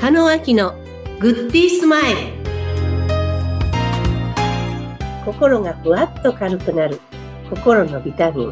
加納明のグッディースマイル。心がふわっと軽くなる心のビタミン。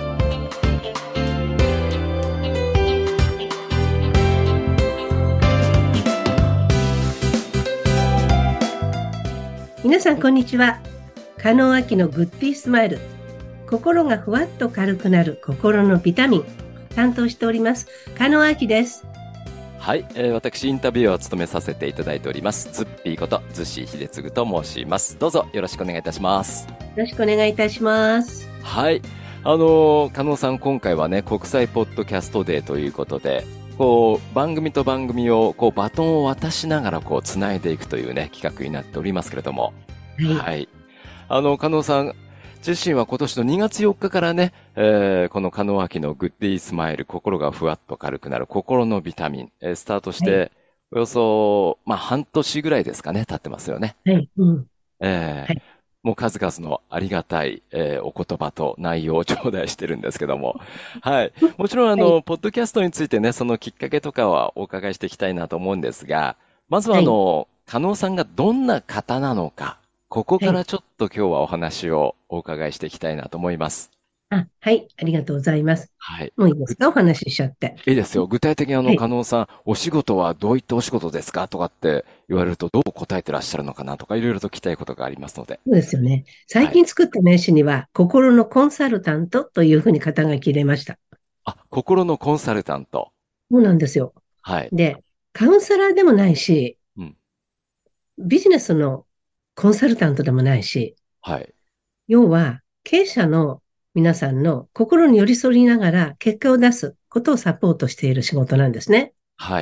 皆さんこんにちは。加納明のグッディースマイル、心がふわっと軽くなる心のビタミン、担当しております加納明です。 はい、私インタビューを務めさせていただいておりますズッピーこと逗子秀次と申します。どうぞよろしくお願いいたします。 よろしくお願いいたします。 はい、加納さん、今回はね、国際ポッドキャストデーということで、こう番組と番組をこうバトンを渡しながらこうつないでいくというね企画になっておりますけれども、はい、加納さん自身は今年の2月4日からね、この加納明のグッディースマイル、心がふわっと軽くなる心のビタミン、スタートして、およそ、半年ぐらいですかね、経ってますよね。 はい。 もう数々のありがたい、お言葉と内容を頂戴してるんですけども。はい。もちろん、ポッドキャストについてね、そのきっかけとかはお伺いしていきたいなと思うんですが、まずは加納さんがどんな方なのか、ここからちょっと今日はお話をお伺いしていきたいなと思います。 はい。ありがとうございます。 はい。 もういいですか？お話ししちゃって。 いいですよ。具体的に加納さん、お仕事はどういったお仕事ですかとかって言われるとどう答えてらっしゃるのかなとか、いろいろと聞きたいことがありますので。 そうですよね。最近作った名刺には、心のコンサルタントというふうに肩書き入れました。 心のコンサルタント。 そうなんですよ。 はい。 で、カウンセラーでもないし、ビジネスのコンサルタントでもないし、 はい。 要は、経営者の皆さんの心に寄り添いながら結果を出すことをサポートしている仕事なんですね。 はい。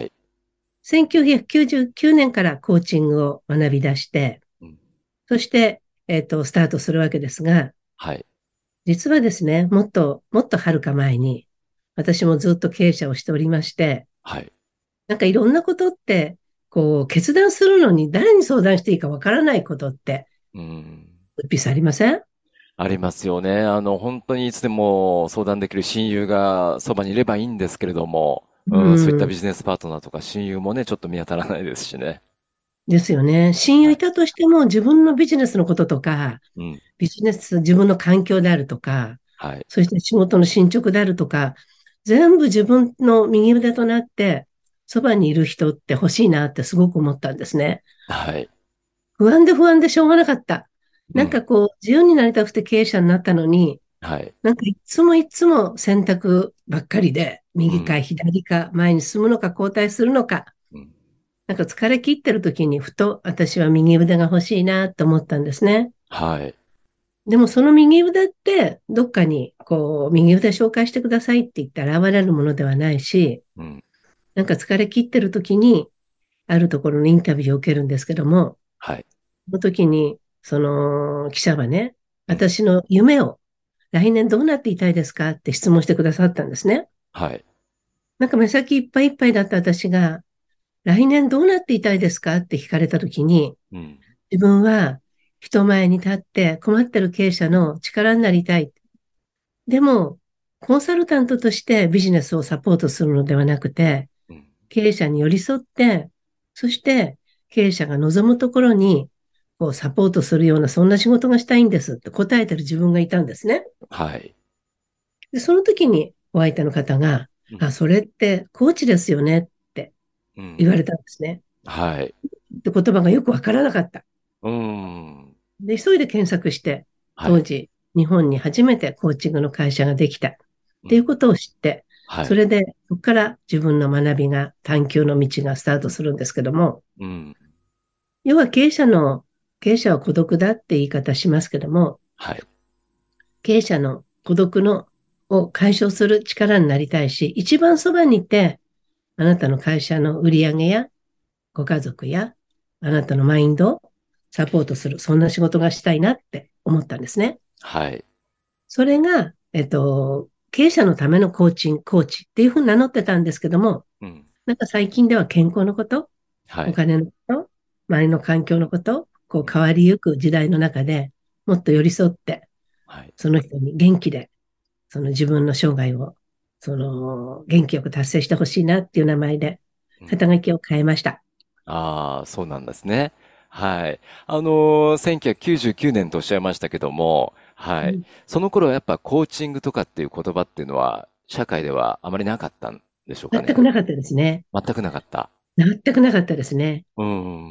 1999年からコーチングを学び出して、そして、スタートするわけですが、 はい。 実はですね、もっとはるか前に、私もずっと経営者をしておりまして、 はい。 なんかいろんなことって、こう、決断するのに誰に相談していいかわからないことって、ウッピーさんありません？ ありますよね。本当にいつでも相談できる親友がそばにいればいいんですけれども、そういったビジネスパートナーとか親友もね、ちょっと見当たらないですしね。 ですよね。親友いたとしても自分のビジネスのこととか、自分の環境であるとか、 はい。 そして仕事の進捗であるとか、全部自分の右腕となって、そばにいる人って欲しいなってすごく思ったんですね。 はい。 不安でしょうがなかった。なんかこう、自由になりたくて経営者になったのに、 はい。 なんかいつも選択ばっかりで、右か左か、前に進むのか後退するのか、なんか疲れ切ってる時にふと私は右腕が欲しいなと思ったんですね。 はい。 でもその右腕ってどっかにこう右腕紹介してくださいって言って現れるものではないし、なんか疲れ切ってる時にあるところのインタビューを受けるんですけども、 はい。 その時にその記者はね、私の夢を来年どうなっていたいですかって質問してくださったんですね。 はい。 なんか目先いっぱいいっぱいだった私が、来年どうなっていたいですかって聞かれた時に、自分は人前に立って困ってる経営者の力になりたい。でも、コンサルタントとしてビジネスをサポートするのではなくて、経営者に寄り添って、そして経営者が望むところにこうサポートするようなそんな仕事がしたいんですって答えてる自分がいたんですね。 はい。 で、その時にお相手の方が、それってコーチですよねって言われたんですね。 はい。 って言葉がよくわからなかった。で、急いで検索して、当時、日本に初めてコーチングの会社ができたっていうことを知って、それで、そこから自分の学びが、探求の道がスタートするんですけども、要は経営者は孤独だって言い方しますけども、経営者の孤独を解消する力になりたいし、一番そばにいて、あなたの会社の売り上げや、ご家族や、あなたのマインドをサポートする、そんな仕事がしたいなって思ったんですね。 はい。 それが、経営者のためのコーチっていうふうに名乗ってたんですけども、なんか最近では健康のこと、お金のこと、周りの環境のこと、こう変わりゆく時代の中でもっと寄り添って、その人に元気で、その自分の生涯を、元気よく達成してほしいなっていう名前で、肩書きを変えました。 ああ、そうなんですね。はい。1999年とおっしゃいましたけども、はい。 うん、 その頃はやっぱコーチングとかっていう言葉っていうのは、社会ではあまりなかったんでしょうか全ね。 くなかったですね。 全くなかった。 全くなかったですね。 うん。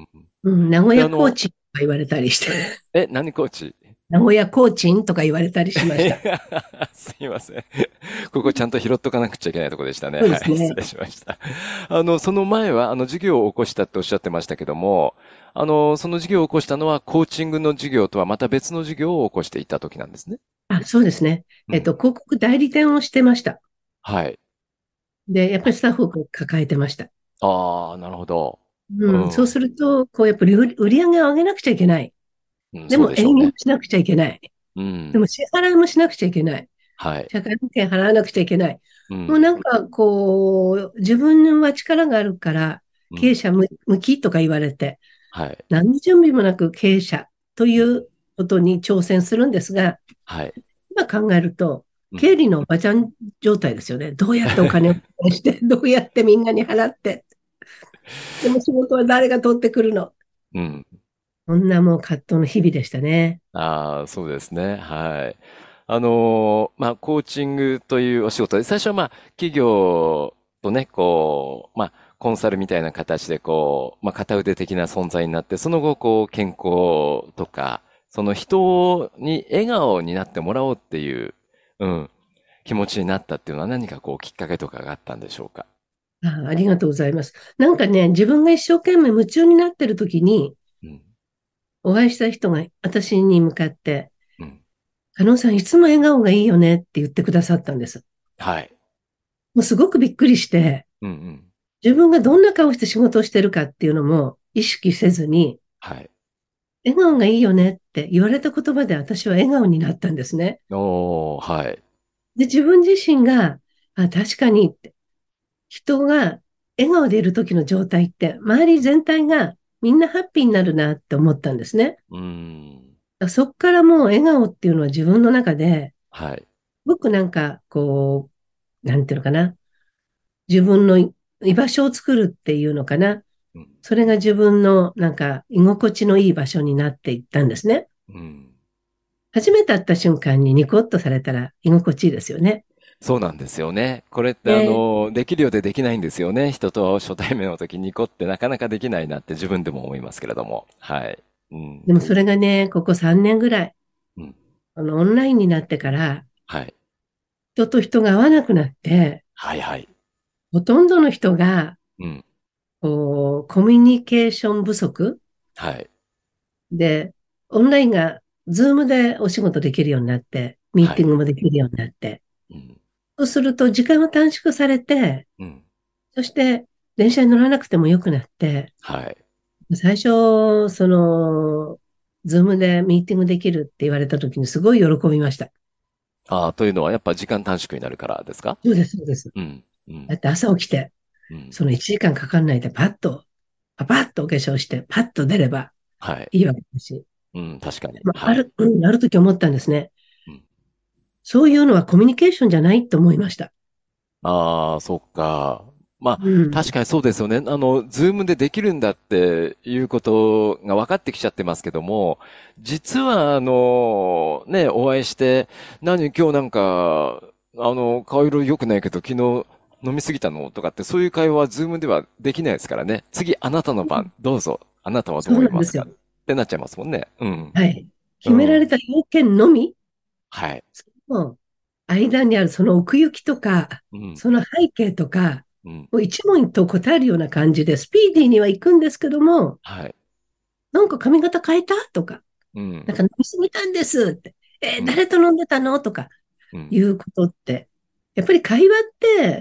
うん、名古で、 屋コーチンとか言われたりして、 何コーチ？ 名古屋コーチンとか言われたりしました。 すいません。ここちゃんと拾っとかなくちゃいけないところでしたね。 そうではい、失すね。 礼しました。その前は、授業を起こしたっておっしゃってましたけども、その授業を起こしたのは、コーチングの授業とはまた別の授業を起こしていた時なんですね。 あ、そうですね。 うん。 広告代理店をしてました。 はい。 で、やっぱりスタッフを抱えてました。 ああ、なるほど。ううん、そうすん。 ると、やっぱり売り上げを上げなくちゃいけない。 うん、そうでも営業もでしょうね。 しなくちゃいけない。 うん。 でも支払いもしなくちゃいけない。 はい。 社会保険払わなくちゃいけない。 うん。 もうなんか自分は力があるから、 うん。 経営者向きとか言われて、 はい。 何の準備もなく経営者というん。 うことに挑戦するんですが、 はい。 今考えると、 うん。 経理のおばちゃん状態ですよね。どうやってお金を返して、どうやってみんなに払って、でも仕事は誰が取ってくるの。 うん。 こんなもう葛藤の日々でしたね。 ああ、そうですね。はい。コーチングというお仕事で、最初は企業とね、コンサルみたいな形で、片腕的な存在になって、その後、健康とか、その人に笑顔になってもらおうっていう、うん、気持ちになったっていうのは何かきっかけとかがあったんでしょうか？ ありがとうございます。なんかね、自分が一生懸命夢中になってる時に、 うん、 お会いした人が私に向かって、 うん、 加納さんいつも笑顔がいいよねって言ってくださったんです。 はい。 もうすごくびっくりして、 うん、うん、 自分がどんな顔して仕事をしてるかっていうのも意識せずに、 はい。 笑顔がいいよねって言われた言葉で私は笑顔になったんですね。 おー、はい。 で、自分自身が、確かにって、人が笑顔でいる時の状態って、周り全体がみんなハッピーになるなって思ったんですね。 うーん、 そっからもう笑顔っていうのは自分の中で、 はい。 僕なんか、なんていうのかな、自分の居場所を作るっていうのかな。 うん、 それが自分のなんか居心地のいい場所になっていったんですね。 うん。 初めて会った瞬間にニコッとされたら居心地いいですよね。 そうなんですよね。これってで、 できるようでできないんですよね。人と初対面の時ニコってなかなかできないなって自分でも思いますけれども。はい。うん。 でもそれがね、ここ3年ぐらい、 うん。 オンラインになってから、 はい。 人と人が合わなくなって、 はいはい。 ほとんどの人が、 うん。 コミュニケーション不足はい。 で、オンラインが、ズームでお仕事できるようになって、ミーはい。 ティングもできるようになって、 うん。 そうすると時間が短縮されて、 うん。 そして電車に乗らなくてもよくなって、 はい。 最初、ズームでミーティングできるって言われた時にすごい喜びました。 ああ、というのはやっぱ時間短縮になるからですか？ そうです、そうです。 うん。うん。 だって朝起きて、 うん。 その1時間かかんないでパパッとお化粧して、パッと出ればはい。 いいわけだし、 うん。確かに。 まあ、 はい。 ある時思ったんですね。 うん。 そういうのはコミュニケーションじゃないと思いました。 ああ、そっか。 うん。 確かにそうですよね。ズームでできるんだっていうことが分かってきちゃってますけども、実は、お会いして、今日なんか、顔色良くないけど、昨日飲みすぎたのとかって、そういう会話はズームではできないですからね。次、あなたの番、どうぞ。あなたはどうそう思いますかっなんですよ。 てなっちゃいますもんね。うん。 はい。 うん。 決められた要件のみ、 はい。 その間にあるその奥行きとか、 うん。 その背景とか、 うん。 もう一問一答答えるような感じで、スピーディーには行くんですけども、 はい。 なんか髪型変えたとか、 うん。 なんか飲みすぎたんですって、 うん。 誰と飲んでたのとかうん。 いうことって、やっぱり会話って、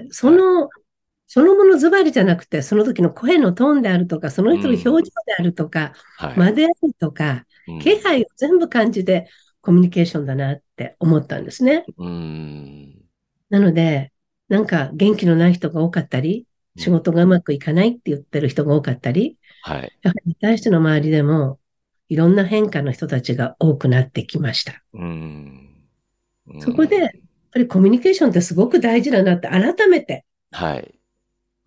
はい。 そのものズバリじゃなくて、その時の声のトーンであるとか、その人の表情うん。 であるとか、 はい。 間であるとか、 うん。 気配を全部感じてコミュニケーションだなって思ったんですね。 うーん。 なので、なんか元気のない人が多かったり、 うん。 仕事がうまくいかないって言ってる人が多かったり、 はい。 やはり対しての周りでも、いろんな変化の人たちが多くなってきました。 うーん。うそこで、やっーん。 ぱりコミュニケーションってすごく大事だなって改めてはい。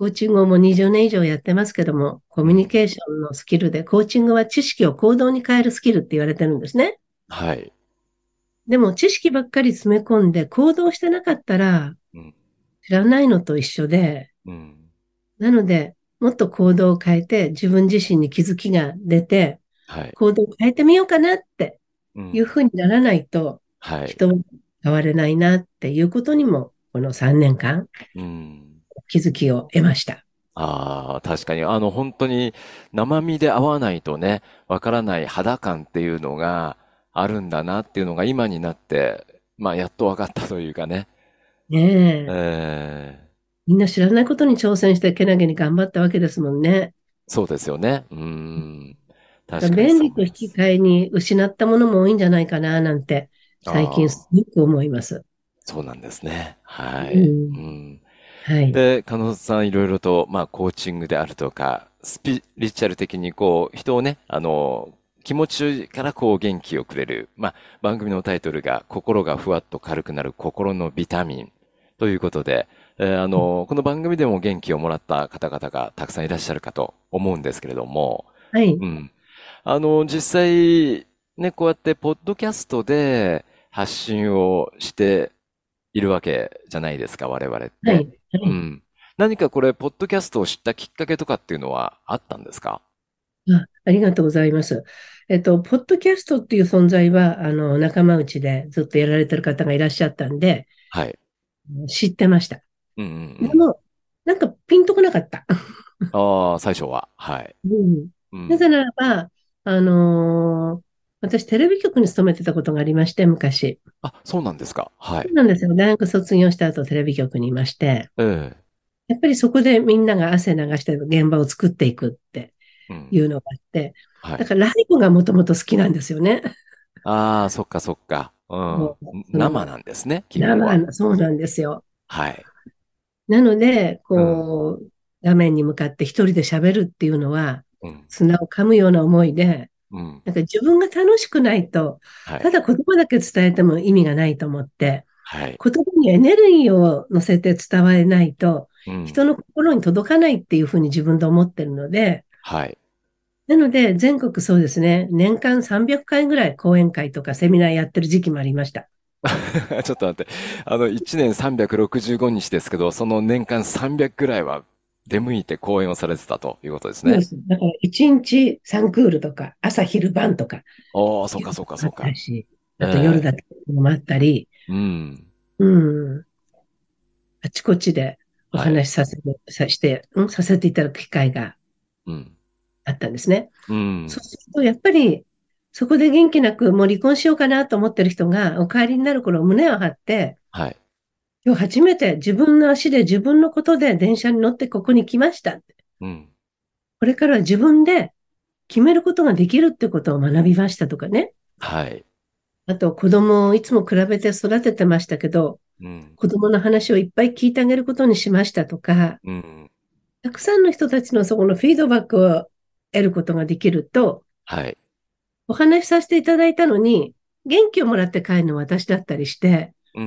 コーチングをもう20年以上やってますけども、コミュニケーションのスキルで、コーチングは知識を行動に変えるスキルって言われてるんですね。 はい。 でも知識ばっかり詰め込んで行動してなかったら、 うん。 知らないのと一緒で、 うん。 なので、もっと行動を変えて、自分自身に気づきが出て、 はい。 行動を変えてみようかなってうん。 いうふうにならないと、 はい。 人は変われないなっていうことにも、この3年間、 うん。 気づきを得ました。 ああ、確かに、本当に生身で会わないとね、わからない肌感っていうのがあるんだなっていうのが今になって、まあ、やっとわかったというかね。 ねえ。 ええ、 みんな知らないことに挑戦してけなげに頑張ったわけですもんね。 そうですよね。確かに便そう利と引き思います。 換えに失ったものも多いんじゃないかな、なんて、最近ああ、 すごく思います。 そうなんですね。はい。 うん。 うん。 はい。 で、加納さんいろいろと、まあ、コーチングであるとか、スピリチュアル的にこう、人をね、気持ちからこう元気をくれる。まあ、番組のタイトルが、心がふわっと軽くなる心のビタミンということで、この番組でも元気をもらった方々がたくさんいらっしゃるかと思うんですけれども、 はい。 うん。実際、ね、こうやってポッドキャストで発信をしているわけじゃないですか、我々って。 はい。はい。 うん。何かこれ、ポッドキャストを知ったきっかけとかっていうのはあったんですか？ ありがとうございます。ポッドキャストっていう存在は、仲間内でずっとやられてる方がいらっしゃったんで、 はい。 知ってました。 うんうんうん。 でも、なんかピンとこなかった。 ああ、最初は。はい。 うん。 うん。 なぜならば、私テレビ局に勤めてたことがありまして、昔。 あ、そうなんですか。はい。 そうなんですよ。大学卒業した後テレビ局にいまして、 ええ。 やっぱりそこでみんなが汗流して現場を作っていくってうん。 いうのがあって、 はい。 だからライブがもともと好きなんですよね。 ああ、そっかそっか。うん。 もう生なんですね、基本は。 そうなんですよ。 はい。 なので、 うん。 画面に向かって一人で喋るっていうのは、 うん。 砂を噛むような思いで、 うん。 なんか自分が楽しくないと、 はい。 ただ言葉だけ伝えても意味がないと思って、 はい。 言葉にエネルギーを乗せて伝われないと、 うん。 人の心に届かないっていうふうに自分で思ってるので、 はい。 なので全国そうですね、年間300回ぐらい講演会とかセミナーやってる時期もありました。 ちょっと待って。1年365日ですけど、その年間300くらいは出向いて講演をされてたということですね。 そうです。だから1日3クールとか、朝昼晩とかああ、そうかそういうのもあっかそうか。 たし、あと夜ええ。 だけのもあったり、 うん。 うん、あちこちでおはい。 話しさせていただく機会がうん。 あったんですね。 うん。 そうすると、やっぱり、そこで元気なく、もう離婚しようかなと思ってる人が、お帰りになる頃、胸を張って、 はい。 今日初めて自分の足で自分のことで電車に乗ってここに来ました。 うん。 これからは自分で決めることができるってことを学びましたとかね。 はい。 あと、子供をいつも比べて育ててましたけど、 うん。 子供の話をいっぱい聞いてあげることにしましたとか、 うん。 たくさんの人たちのそこのフィードバックを得ることができると、 はい。 お話しさせていただいたのに、元気をもらって帰るのは私だったりして、 うん。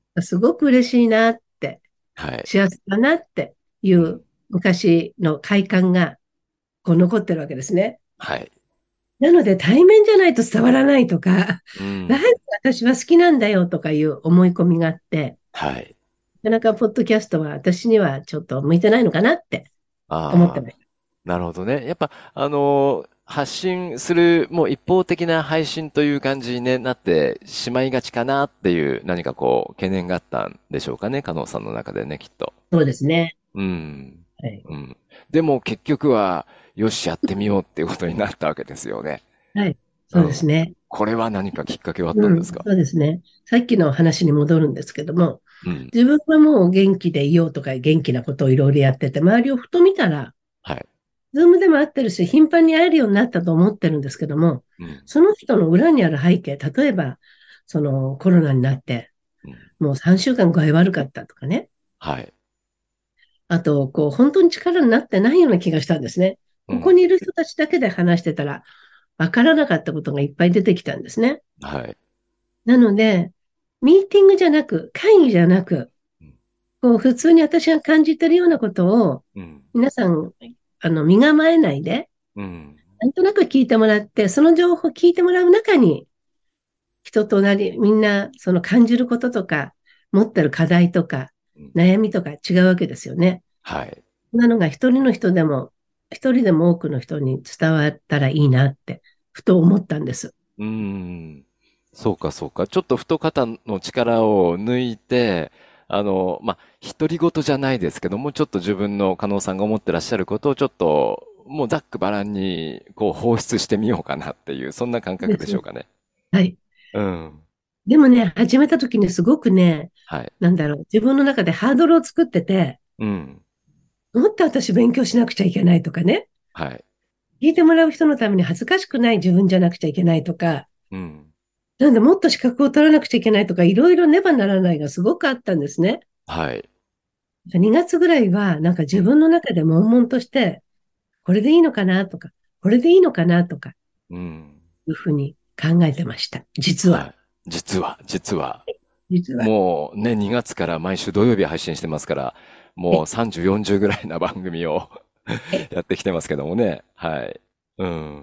すごく嬉しいなって、 はい。 幸せだなっていうん。 う昔の快感がこう残ってるわけですね。 はい。 なので対面じゃないと伝わらないとか、 うん。 ライブ私は好きなんだよとかいう思い込みがあって、 はい。 なかなかポッドキャストは私にはちょっと向いてないのかなって思ってああ、 ました。 なるほどね。やっぱ、発信する、もう一方的な配信という感じに、ね、なってしまいがちかなっていう何かこう、懸念があったんでしょうかね。加納さんの中でね、きっと。 そうですね。 うん。 はい。 うん。でも結局は、よし、やってみようっていうことになったわけですよね。 はい。そうですうん。 ね。 これは何かきっかけはあったんうん、 ですか？ そうですね。さっきの話に戻るんですけども、 うん。 自分はもう元気でいようとか元気なことをいろいろやってて、周りをふと見たら、 はい。 ズームでも会ってるし、頻繁に会えるようになったと思ってるんですけども、 うん。 その人の裏にある背景、例えば、そのコロナになって、 うん。 もう3週間具合悪かったとかね。 はい。 あと、本当に力になってないような気がしたんですね。ここうん。 にいる人たちだけで話してたら、わからなかったことがいっぱい出てきたんですね。 はい。 なので、ミーティングじゃなく、会議じゃなく、 うん。 こう、普通に私が感じてるようなことを、 うん。 皆さん、身構えないで、 うん。 なんとなく聞いてもらって、その情報を聞いてもらう中に、人となり、みんな、その感じることとか、持ってる課題とか、 うん。 悩みとか違うわけですよね。 はい。 なのが一人の人でも、一人でも多くの人に伝わったらいいなって、ふと思ったんです。 うーん。そうか、そうか。ちょっとふと肩の力を抜いて、独り言じゃないですけども、ちょっと自分の加納さんが思ってらっしゃることをちょっと、もうざっくばらんに、こう、放出してみようかなっていう、そんな感覚でです。 しょうかね。 はい。 うん。 でもね、始めた時にすごくね、 はい。 なんだろう、自分の中でハードルを作ってて、 うん。 もっと私勉強しなくちゃいけないとかね、 はい。 聞いてもらう人のために恥ずかしくない自分じゃなくちゃいけないとか、 うん。 なんでもっと資格を取らなくちゃいけないとか、いろいろねばならないがすごくあったんですね。 はい。 2月ぐらいは、なんかうん。 自分の中で悶々として、これでいいのかなとか、これでいいのかなとか、 うん。 いうふうに考えてました。実は。 はい。実は、 実は。 もうね、2月から毎週土曜日配信してますから、もうえ、 30、40ぐらいな番組をえ、 やってきてますけどもね。はい。うん。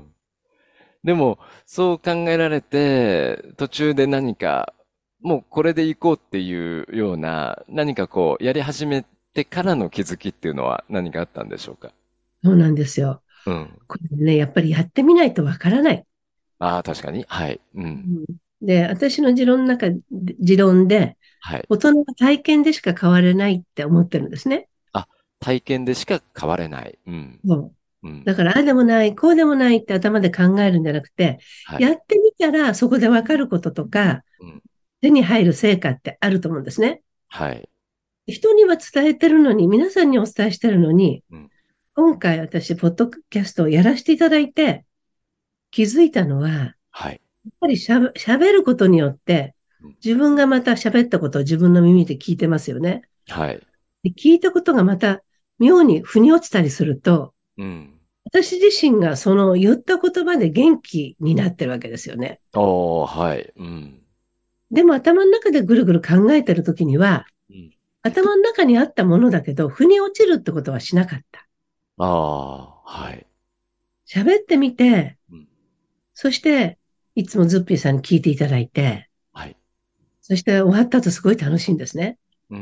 でも、そう考えられて、途中で何か、もうこれでいこうっていうような、何かこう、やり始めてからの気づきっていうのは何かあったんでしょうか？ そうなんですよ。 うん。 これね、やっぱりやってみないとわからない。 ああ、確かに。はい。うん。 うん。で、私の持論で、 はい。 大人は体験でしか変われないって思ってるんですね。 あ、体験でしか変われない。うん。 そう。 うん。 だから、ああでもない、こうでもないって頭で考えるんじゃなくて、 はい。 やってみたらそこでわかることとか、 うん。 手に入る成果ってあると思うんですね。 はい。 人には伝えてるのに、皆さんにお伝えしてるのに、 うん。 今回私、ポッドキャストをやらせていただいて、気づいたのは、やはい。 っぱり喋ることによって、 うん。 自分がまた喋ったことを自分の耳で聞いてますよね。 はい。 で聞いたことがまた妙に腑に落ちたりすると、 うん。 私自身がその言った言葉で元気になってるわけですよね。 おー、はい。うん。 でも頭の中でぐるぐる考えてるときには、 うん。 頭の中にあったものだけど、腑に落ちるってことはしなかった。 ああ、はい。 喋ってみて、 うん。 そして、いつもズッピーさんに聞いていただいて、 はい。 そして終わった後すごい楽しいんですね。 うん。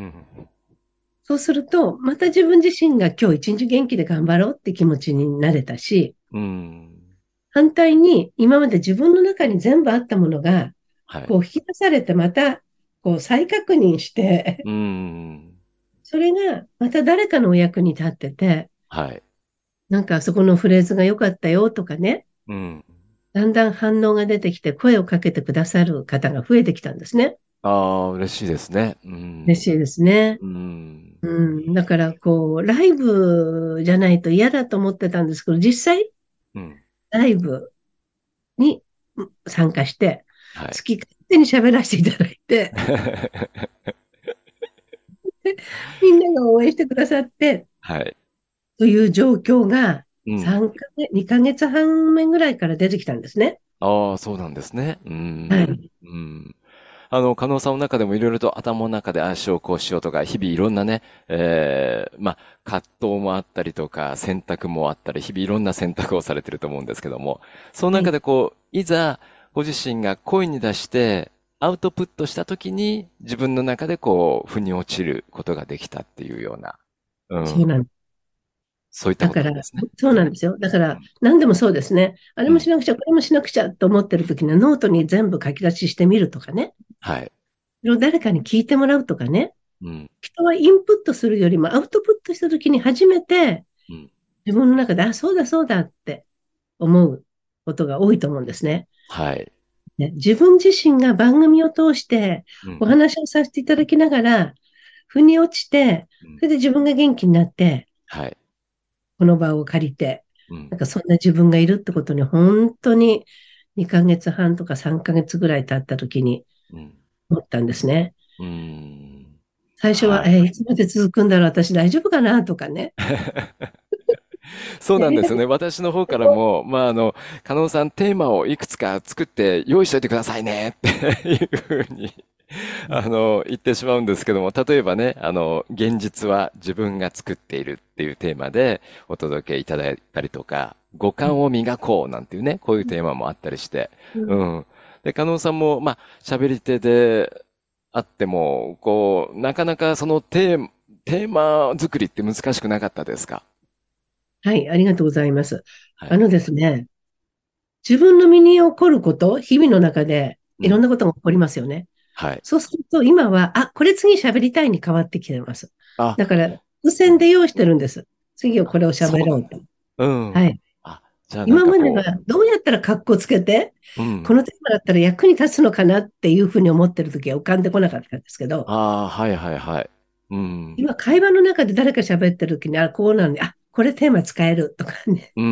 そうすると、また自分自身が今日一日元気で頑張ろうって気持ちになれたし、 うん。 反対に今まで自分の中に全部あったものが、 はい。 こう引き出されてまた、こう再確認して、 うん。 それがまた誰かのお役に立ってて、 はい。 なんかあそこのフレーズが良かったよとかね、 うん。 だんだん反応が出てきて声をかけてくださる方が増えてきたんですね。 ああ、嬉しいですね。うん。 嬉しいですね。 うん。 うん。だから、こう、ライブじゃないと嫌だと思ってたんですけど、実際、 うん。 ライブに参加して、 はい。 好き勝手に喋らせていただいて、みんなが応援してくださって、 はい。 という状況がうん。 3ヶ月、2ヶ月半目ぐらいから出てきたんですね。 ああ、そうなんですね。うん。 はい。 うん。加納さんの中でもいろいろと頭の中でああしようこうしようとか、日々いろんなね、葛藤もあったりとか、選択もあったり、日々いろんな選択をされてると思うんですけども、そのはい。 中でこう、いざ、ご自身が声に出して、アウトプットしたときに、自分の中でこう、腑に落ちることができたっていうような、うん。 そうなんそういったこだから、 となんですね。 そうなんですよ。だから、 うん。 何でもそうですね。あれうん。 もしなくちゃ、これもしなくちゃと思ってる時にはノートに全部書き出ししてみるとかね。 はい。 それを誰かに聞いてもらうとかね。 うん。 人はインプットするよりもアウトプットした時に初めてうん。 自分の中で、あ、そうだそうだって思うことが多いと思うんですね。 はい。 ね、自分自身が番組を通してうん。 お話をさせていただきながら、腑に落ちて、 うん。 それで自分が元気になって、 はい。 この場を借りて、 うん。 なんかそんな自分がいるってことに本当に2ヶ月半とか3ヶ月ぐらい経った時にうん。 思ったんですね。 うん。 最初は、 はい。 いつまで続くんだろう、私大丈夫かなとかね。 そうやりたくなんですよね。私の方からも、加納さんテーマをいくつか作って用意しといてくださいねっていうふうに言ってしまうんですけども、例えばね、現実は自分が作っているっていうテーマでお届けいただいたりとか、五感を磨こうなんていうね、こういうテーマもあったりして、 うん。 うん。で、加納さんも、まあ、喋り手であっても、こう、なかなかそのテーマ作りって難しくなかったですか？ はい、ありがとうございます。 はい。 あのですね、自分の身に起こること、日々の中でうん。 いろんなことが起こりますよね。 はい。 そうすると今は、あ、これ次喋りたいに変わってきてます。 あ、 だから、付箋で用意してるんです。次をこれをそうなんだ。 喋ろうと。 うん。 はい。 あ、じゃあなん今まではかこどうやったら格好つけて、 う、うん。 このテーマだったら役に立つのかなっていうふうに思ってる時は浮かんでこなかったんですけど、 ああ、はいはいはい。うん。 今会話の中で誰か喋ってる時に、あ、こうなんで、あ、これテーマ使えるとかね、 うん。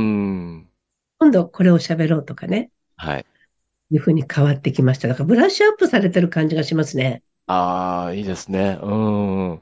今度これを喋ろうとかね、 はい。 いうふうに変わってきました。だからブラッシュアップされてる感じがしますね。 ああ、いいですね。うん。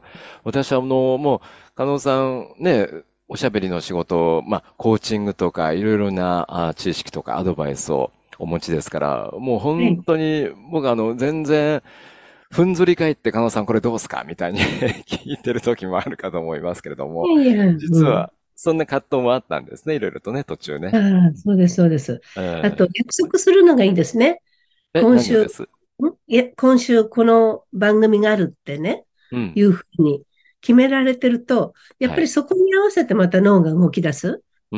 私はもう、加納さんね、おしゃべりの仕事、まあ、コーチングとか、いろいろな知識とかアドバイスをお持ちですから、もう本はい。 当に、僕全然、ふんぞり返って加納さんこれどうすかみたいに聞いてる時もあるかと思いますけれども、 いやいや、うん。 実は、そんな葛藤もあったんですね。いろいろとね、途中ね。 ああ、そうです、そうです。あと、 うん。 約束するのがいいですね。 え、 今週、 何をです？ いや、今週この番組があるってね、 うん。 いうふうに決められてると、やっはい。 ぱりそこに合わせてまた脳が動き出す。 うん。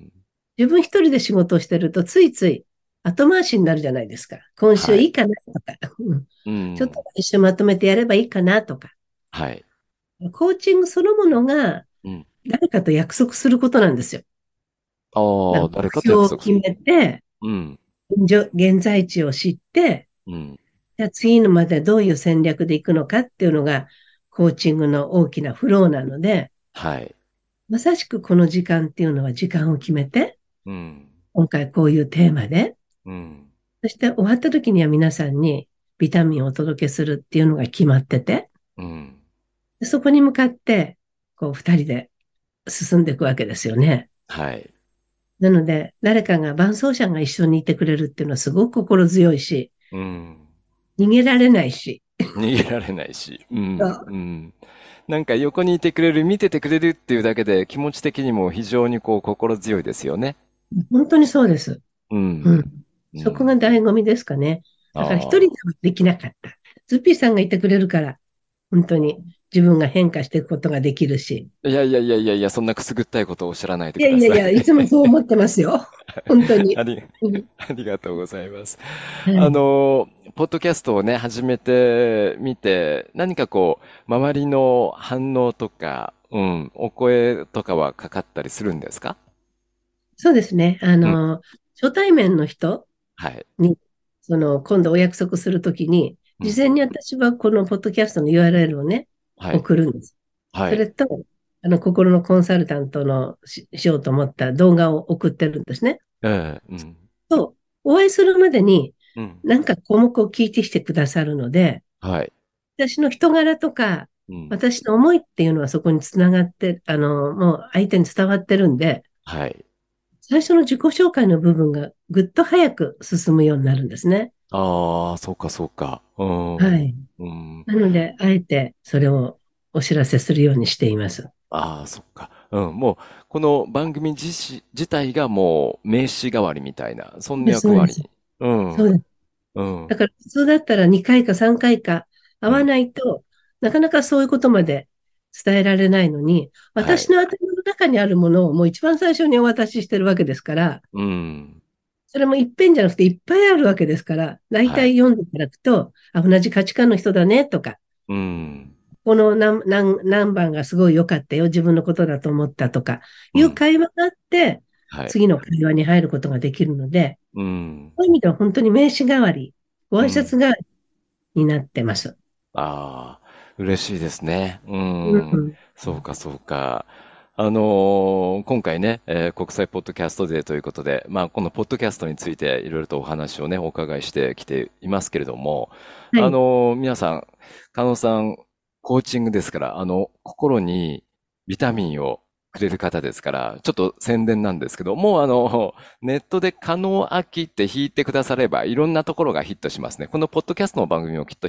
自分一人で仕事をしてると、ついつい後回しになるじゃないですか。今週はい。 いいかなとか、 うちょっとん。 一週まとめてやればいいかなとか。 はい。 コーチングそのものがうん。 誰かと約束することなんですよ。だああ、 から目誰かと標約束する。 を決めて、 うん。 現在地を知って、 うん。 じゃあ次のまでどういう戦略でいくのかっていうのが、コーチングの大きなフローなので、 はい。 まさしくこの時間っていうのは時間を決めて、 うん。 今回こういうテーマで、 うん。 そして終わった時には皆さんにビタミンをお届けするっていうのが決まってて、 うん。 そこに向かって、こう二人で進んでいくわけですよね。 はい。 なので、誰かが、伴走者が一緒にいてくれるっていうのはすごく心強いし、 うん。 逃げられないし、 逃げられないし。うん。 そうん。なんか横にいてくれる、見ててくれるっていうだけで気持ち的にも非常にこう心強いですよね。 う本当にそうです。 うん。 うん。そこがうん。 醍醐味ですかね。だから一人であはできなかった。ズッピーさんがいてくれるから、本当に自分が変化していくことができるし。 あ。いやいやいやいやいや、そんなくすぐったいことをおっしゃらないでいください。 やいやいや、いつもそう思ってますよ。本当に。 あり、 うん。 ありがとうございます。 はい。 ポッドキャストをね、始めてみて、何かこう、周りの反応とか、うん、お声とかはかかったりするんですか？ そうですね。 うん。 初対面の人はい。 に、今度お約束するときに、 うん。 事前に私はこのポッドキャストの URL をね、 はい。 送るんです。 はい。 それと、心のコンサルタントのしようと思った動画を送ってるんですね。 ええ、うん。 と、お会いするまでに、 うん。 なんか項目を聞いてきてくださるので、 はい。 私の人柄とか、 うん。 私の思いっていうのはそこにつながって、もう相手に伝わってるんで、 はい。 最初の自己紹介の部分がぐっと早く進むようになるんですね。 ああ、そうか、そうか。うん。 はい。 うん。 なので、あえてそれをお知らせするようにしています。 ああ、そっか。うん。もう、この番組自体がもう名刺代わりみたいな、そんなそうです、そうです。 役割。うん。 そうです。 うん。 だから普通だったら2回か3回か会わうん。 ないとなかなかそういうことまで伝えられないのに、 はい。 私の頭の中にあるものをもう一番最初にお渡ししてるわけですから、 うん。 それもいっぺんじゃなくていっぱいあるわけですから、大はい。 体読んでいただくと、あ、同じ価値観の人だねとか、 うん。 この何番がすごい良かったよ、自分のことだと思ったとか、いううん。 会話があって、 はい。 次の会話に入ることができるので、 うん。 そういう意味では本当に名刺代わり、ご挨うん。 拶代わりになってます。 ああ、嬉しいですね。うん。 うん。 そうか、そうか。今回ね、国際ポッドキャストデーということで、まあ、このポッドキャストについていろいろとお話をね、お伺いしてきていますけれども、 はい。 皆さん、加納さん、コーチングですから、心にビタミンをくれる方ですから、ちょっと宣伝なんですけど、もうネットで加納明って弾いてくだされば、いろんなところがヒットしますね。このポッドキャストの番組もきっとヒッ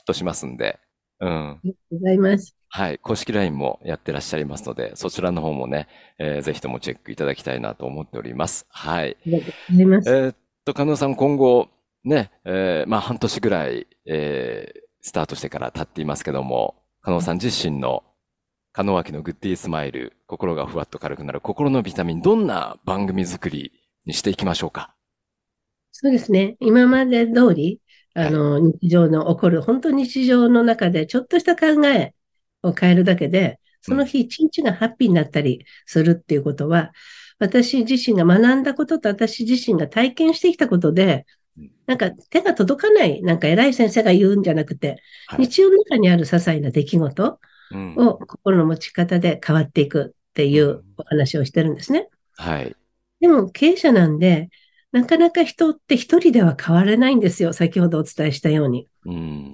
としますんで、うん。 ありがとうございます。 はい。公式 LINE もやってらっしゃいますので、そちらの方もね、ぜひともチェックいただきたいなと思っております。はい。 ありがとうございます。 加納さん今後、ね、まあ半年ぐらい、スタートしてから経っていますけども、加納さん自身の加納明のグッディースマイル、心がふわっと軽くなる心のビタミン、どんな番組作りにしていきましょうか？ そうですね。今まで通り、 はい。 日常の起こる、本当日常の中でちょっとした考えを変えるだけで、 うん。 その日一日がハッピーになったりするっていうことは、私自身が学んだことと私自身が体験してきたことで、 うん。 なんか手が届かない、なんか偉い先生が言うんじゃなくて、 はい。 日常の中にある些細な出来事うん。 を心の持ち方で変わっていくってうん。 いうお話をしてるんですね。 はい。 でも経営者なんで、なかなか人って一人では変われないんですよ。先ほどお伝えしたように。 うん。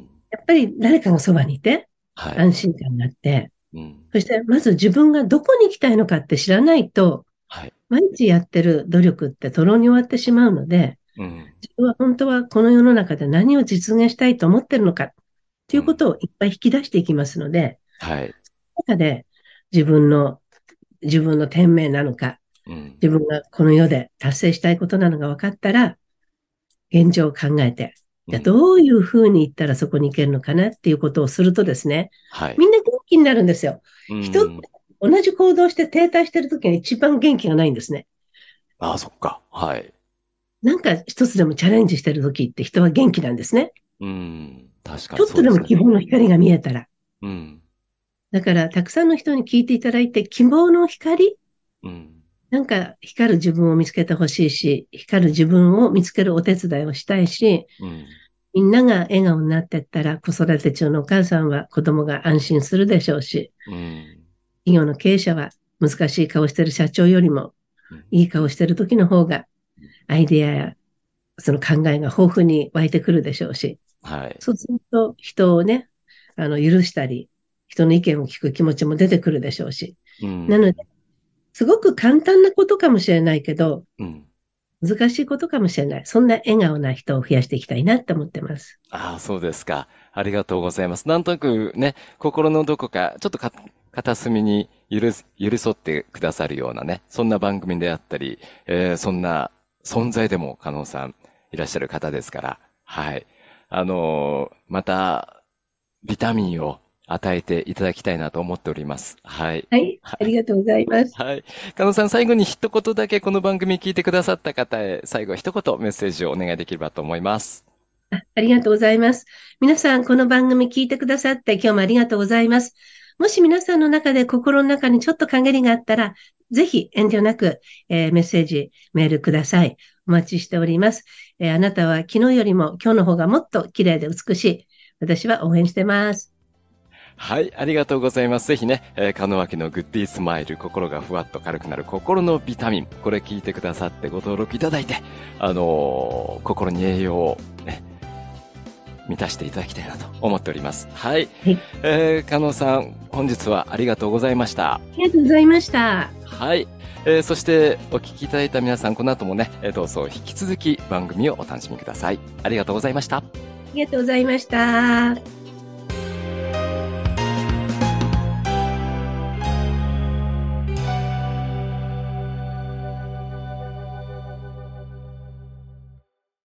やっぱり誰かがそばにいて、 はい。 安心感があって、 うん。 そしてまず自分がどこに行きたいのかって知らないと、 はい。 毎日やってる努力ってとろに終わってしまうので、 うん。 自分は本当はこの世の中で何を実現したいと思ってるのかっていうこうん。 とをいっぱい引き出していきますので、 はい。 その中で自分の、自分の天命なのか、 うん。 自分がこの世で達成したいことなのが分かったら、現状を考えて、じゃあうん。 どういうふうに行ったらそこに行けるのかなっていうことをするとですね、 はい。 みんな元気になるんですよ。 う人ってん。 同じ行動して停滞してるときに一番元気がないんですね。 ああ、そっか。はい。 なんか一つでもチャレンジしてるときって人は元気なんですね。 うん。確かにちょっとでそうですね。 も希望の光が見えたら。 うん。 だからたくさんの人に聞いていただいて希望の光、 うん。 なんか光る自分を見つけてほしいし、光る自分を見つけるお手伝いをしたいし、 うん。 みんなが笑顔になっていったら子育て中のお母さんは子供が安心するでしょうし、 うん。 企業の経営者は難しい顔してる社長よりもうん。 いい顔してる時の方がアイデアやその考えが豊富に湧いてくるでしょうし、 はい。 そうすると人をね、許したり、人の意見を聞く気持ちも出てくるでしょうし。 うん。 なので、すごく簡単なことかもしれないけど、 うん。 難しいことかもしれない。そんな笑顔な人を増やしていきたいなって思ってます。 ああ、そうですか。ありがとうございます。なんとなくね、心のどこか、ちょっと片隅に寄り添ってくださるようなね、そんな番組であったり、そんな存在でも加納さんいらっしゃる方ですから、はい。また、ビタミンを与えていただきたいなと思っております。はい。 はい、 はい。 ありがとうございます。 はい。加納さん、最後に一言だけこの番組聞いてくださった方へ、最後一言メッセージをお願いできればと思います。 ありがとうございます。皆さん、この番組聞いてくださって今日もありがとうございます。もし皆さんの中で心の中にちょっと陰りがあったら、ぜひ遠慮なく、メッセージ、メールください。お待ちしております。あなたは昨日よりも今日の方がもっと綺麗で美しい。私は応援してます。 はい、ありがとうございます。ぜひね、かのわきのグッディースマイル、心がふわっと軽くなる心のビタミン、これ聞いてくださってご登録いただいて、心に栄養をね、満たしていただきたいなと思っております。はい。 はい、 加納さん、本日はありがとうございました。 ありがとうございました。 はい。そしてお聞きいただいた皆さん、この後もね、どうぞ引き続き番組をお楽しみください。ありがとうございました。 ありがとうございました。